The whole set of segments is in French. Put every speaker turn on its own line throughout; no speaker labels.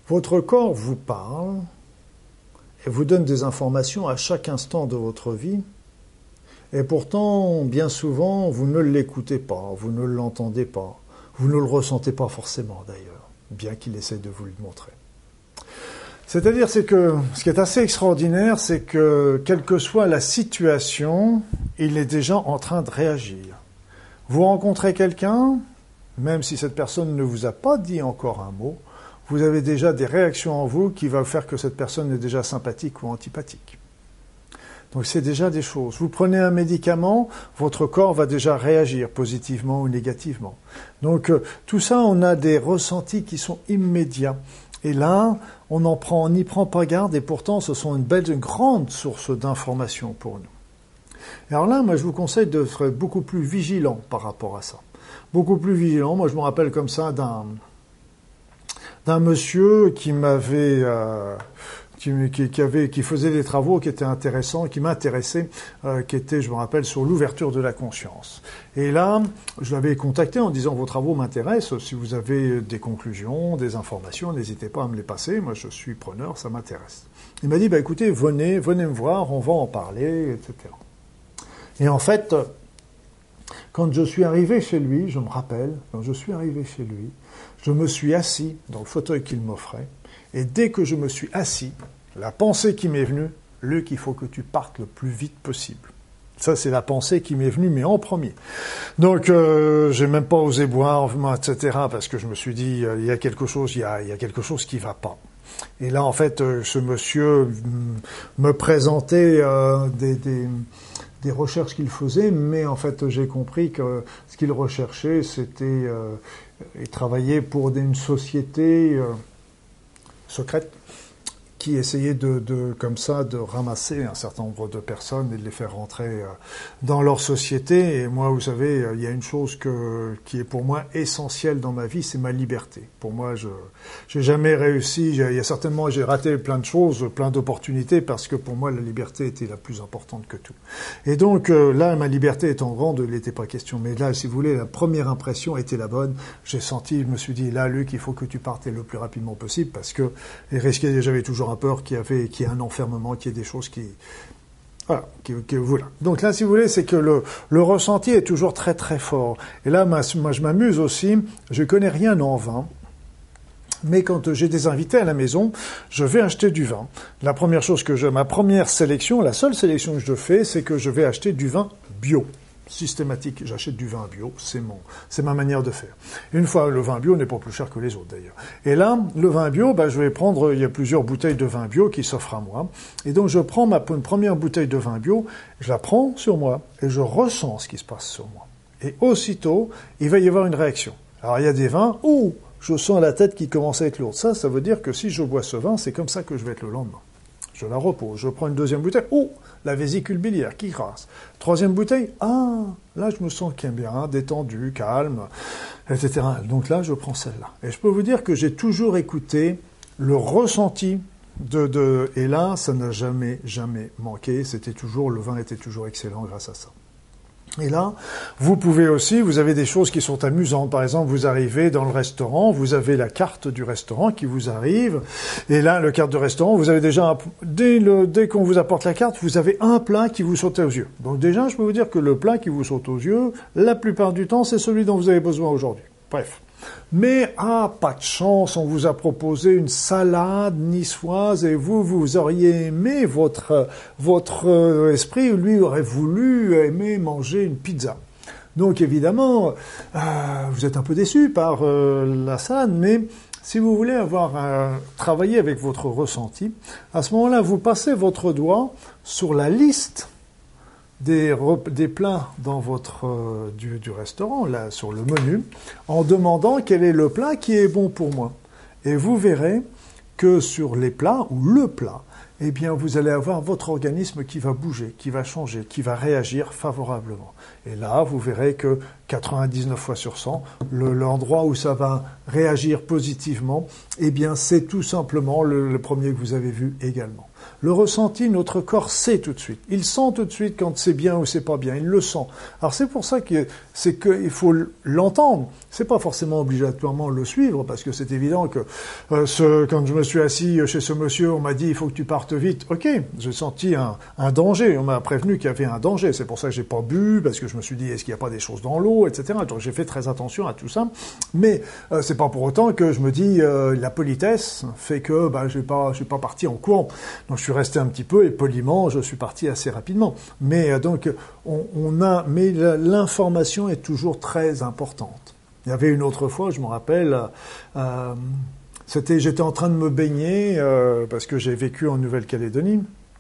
Votre corps vous parle et vous donne des informations à chaque instant de votre vie. Et pourtant, bien souvent, vous ne l'écoutez pas, vous ne l'entendez pas, vous ne le ressentez pas forcément d'ailleurs, bien qu'il essaie de vous le montrer. C'est-à-dire, c'est que ce qui est assez extraordinaire, c'est que quelle que soit la situation, il est déjà en train de réagir. Vous rencontrez quelqu'un, même si cette personne ne vous a pas dit encore un mot, vous avez déjà des réactions en vous qui vont faire que cette personne est déjà sympathique ou antipathique. Donc c'est déjà des choses. Vous prenez un médicament, votre corps va déjà réagir positivement ou négativement. Donc tout ça, on a des ressentis qui sont immédiats. Et là, on n'y prend pas garde et pourtant ce sont une grande source d'informations pour nous. Et alors là, moi je vous conseille d'être beaucoup plus vigilant par rapport à ça. Beaucoup plus vigilant. Moi je me rappelle comme ça d'un monsieur qui m'avait... qui faisait des travaux qui étaient intéressants, qui m'intéressaient, qui étaient, je me rappelle, sur l'ouverture de la conscience. Et là, je l'avais contacté en disant « Vos travaux m'intéressent, si vous avez des conclusions, des informations, n'hésitez pas à me les passer, moi je suis preneur, ça m'intéresse. » Il m'a dit « Écoutez, venez me voir, on va en parler, etc. » Et en fait, quand je suis arrivé chez lui, je me rappelle, quand je suis arrivé chez lui, je me suis assis dans le fauteuil qu'il m'offrait, et dès que je me suis assis, la pensée qui m'est venue, Luc, il faut que tu partes le plus vite possible. Ça, c'est la pensée qui m'est venue, mais en premier. Donc, j'ai même pas osé boire, etc., parce que je me suis dit, il y a quelque chose qui va pas. Et là, en fait, ce monsieur me présentait des recherches qu'il faisait, mais en fait, j'ai compris que ce qu'il recherchait, c'était, il travaillait pour une société secrète qui essayait comme ça de ramasser un certain nombre de personnes et de les faire rentrer dans leur société. Et moi, vous savez, il y a une chose qui est pour moi essentielle dans ma vie, c'est ma liberté. Pour moi, j'ai jamais réussi. J'ai raté plein de choses, plein d'opportunités, parce que pour moi, la liberté était la plus importante que tout. Et donc là, ma liberté étant grande, il n'était pas question. Mais là, si vous voulez, la première impression était la bonne. Je me suis dit, là, Luc, il faut que tu partes le plus rapidement possible, parce que j'avais toujours peur qu'il y ait un enfermement, qu'il y ait des choses qui... Voilà. Voilà. Donc là, si vous voulez, c'est que le ressenti est toujours très très fort. Et là, moi, je m'amuse aussi, je connais rien en vin, mais quand j'ai des invités à la maison, je vais acheter du vin. La première chose ma première sélection, la seule sélection que je fais, c'est que je vais acheter du vin bio. Systématique, j'achète du vin bio, c'est ma manière de faire. Une fois, le vin bio n'est pas plus cher que les autres d'ailleurs. Et là, le vin bio, je vais prendre, il y a plusieurs bouteilles de vin bio qui s'offrent à moi, et donc je prends une première bouteille de vin bio, je la prends sur moi, et je ressens ce qui se passe sur moi. Et aussitôt, il va y avoir une réaction. Alors il y a des vins où je sens la tête qui commence à être lourde. Ça veut dire que si je bois ce vin, c'est comme ça que je vais être le lendemain. Je la repose, je prends une deuxième bouteille, la vésicule biliaire qui crasse. Troisième bouteille, là je me sens bien, détendu, calme, etc. Donc là, je prends celle-là. Et je peux vous dire que j'ai toujours écouté le ressenti et là, ça n'a jamais manqué. Le vin était toujours excellent grâce à ça. Et là, vous avez des choses qui sont amusantes. Par exemple, vous arrivez dans le restaurant, vous avez la carte du restaurant qui vous arrive. Et là, le carte du restaurant, vous avez déjà, dès qu'on vous apporte la carte, vous avez un plat qui vous saute aux yeux. Donc déjà, je peux vous dire que le plat qui vous saute aux yeux, la plupart du temps, c'est celui dont vous avez besoin aujourd'hui. Bref. Mais, pas de chance, on vous a proposé une salade niçoise et vous auriez aimé, votre esprit, lui, aurait voulu aimer manger une pizza. Donc, évidemment, vous êtes un peu déçu par la salade, mais si vous voulez travailler avec votre ressenti, à ce moment-là, vous passez votre doigt sur la liste des plats dans du restaurant, là, sur le menu, en demandant quel est le plat qui est bon pour moi. Et vous verrez que sur les plats, ou le plat, eh bien, vous allez avoir votre organisme qui va bouger, qui va changer, qui va réagir favorablement. Et là, vous verrez que 99 fois sur 100, l'endroit où ça va réagir positivement, eh bien, c'est tout simplement le premier que vous avez vu également. Le ressenti, notre corps sait tout de suite. Il sent tout de suite quand c'est bien ou c'est pas bien. Il le sent. Alors c'est pour ça qu'il faut l'entendre. C'est pas forcément obligatoirement le suivre, parce que c'est évident que quand je me suis assis chez ce monsieur, on m'a dit il faut que tu partes vite. Ok, j'ai senti un danger. On m'a prévenu qu'il y avait un danger. C'est pour ça que j'ai pas bu, parce que je me suis dit est-ce qu'il n'y a pas des choses dans l'eau, etc. Donc j'ai fait très attention à tout ça. Mais c'est pas pour autant que je me dis la politesse fait que je suis pas parti en courant. Donc je suis resté un petit peu et poliment je suis parti assez rapidement. Mais donc mais l'information est toujours très importante. Il y avait une autre fois, je me rappelle, j'étais en train de me baigner parce que j'ai vécu en Nouvelle-Calédonie.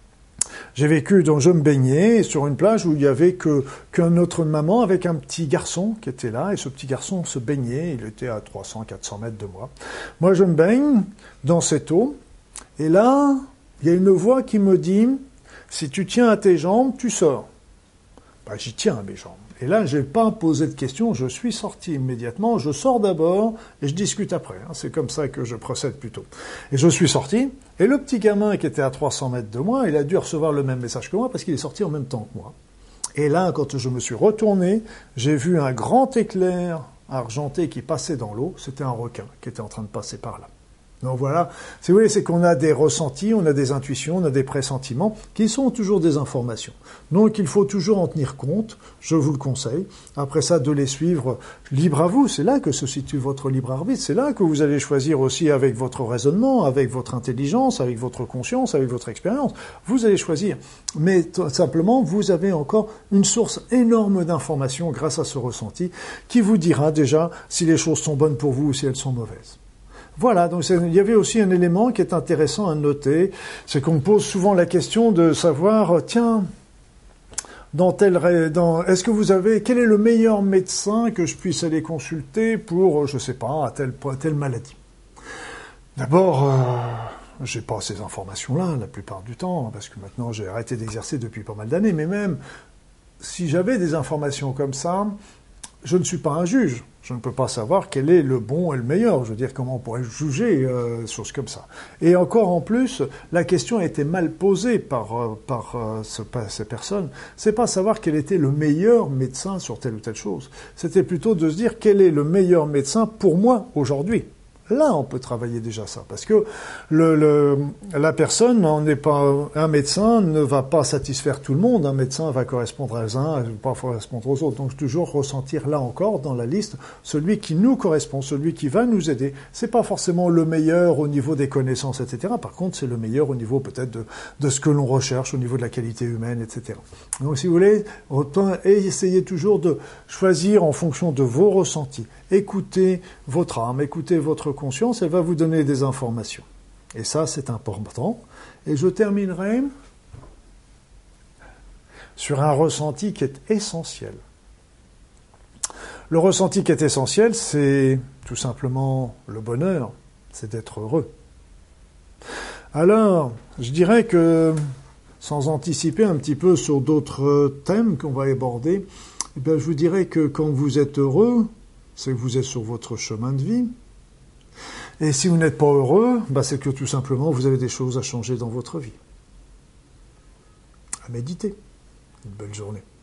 Donc je me baignais sur une plage où il y avait qu'un autre maman avec un petit garçon qui était là, et ce petit garçon se baignait, il était à 300-400 mètres de moi. Moi je me baigne dans cette eau, et là, il y a une voix qui me dit, si tu tiens à tes jambes, tu sors. J'y tiens à mes jambes. Et là, je n'ai pas posé de questions, je suis sorti immédiatement, je sors d'abord et je discute après. C'est comme ça que je procède plutôt. Et je suis sorti, et le petit gamin qui était à 300 mètres de moi, il a dû recevoir le même message que moi parce qu'il est sorti en même temps que moi. Et là, quand je me suis retourné, j'ai vu un grand éclair argenté qui passait dans l'eau. C'était un requin qui était en train de passer par là. Donc voilà, si vous voulez, c'est qu'on a des ressentis, on a des intuitions, on a des pressentiments qui sont toujours des informations. Donc il faut toujours en tenir compte, je vous le conseille. Après ça, de les suivre libre à vous, c'est là que se situe votre libre arbitre, c'est là que vous allez choisir aussi avec votre raisonnement, avec votre intelligence, avec votre conscience, avec votre expérience. Vous allez choisir. Mais simplement, vous avez encore une source énorme d'informations grâce à ce ressenti qui vous dira déjà si les choses sont bonnes pour vous ou si elles sont mauvaises. Voilà, donc il y avait aussi un élément qui est intéressant à noter, c'est qu'on me pose souvent la question de savoir, tiens, est-ce que vous avez, quel est le meilleur médecin que je puisse aller consulter pour, je sais pas, telle maladie? D'abord, j'ai pas ces informations-là la plupart du temps, parce que maintenant j'ai arrêté d'exercer depuis pas mal d'années, mais même si j'avais des informations comme ça, je ne suis pas un juge. Je ne peux pas savoir quel est le bon et le meilleur. Je veux dire, comment on pourrait juger choses comme ça. Et encore en plus, la question a été mal posée par ces personnes. C'est pas savoir quel était le meilleur médecin sur telle ou telle chose. C'était plutôt de se dire quel est le meilleur médecin pour moi aujourd'hui. Là, on peut travailler déjà ça, parce que la personne n'en est pas. Un médecin ne va pas satisfaire tout le monde. Un médecin va correspondre à un, ne va pas correspondre aux autres. Donc toujours ressentir là encore dans la liste celui qui nous correspond, celui qui va nous aider. C'est pas forcément le meilleur au niveau des connaissances, etc. Par contre, c'est le meilleur au niveau peut-être de ce que l'on recherche, au niveau de la qualité humaine, etc. Donc, si vous voulez, essayez toujours de choisir en fonction de vos ressentis. Écoutez votre âme, écoutez votre conscience, elle va vous donner des informations. Et ça, c'est important. Et je terminerai sur un ressenti qui est essentiel. Le ressenti qui est essentiel, c'est tout simplement le bonheur, c'est d'être heureux. Alors, je dirais que, sans anticiper un petit peu sur d'autres thèmes qu'on va aborder, je vous dirais que quand vous êtes heureux, c'est que vous êtes sur votre chemin de vie. Et si vous n'êtes pas heureux, c'est que tout simplement vous avez des choses à changer dans votre vie. À méditer. Une belle journée.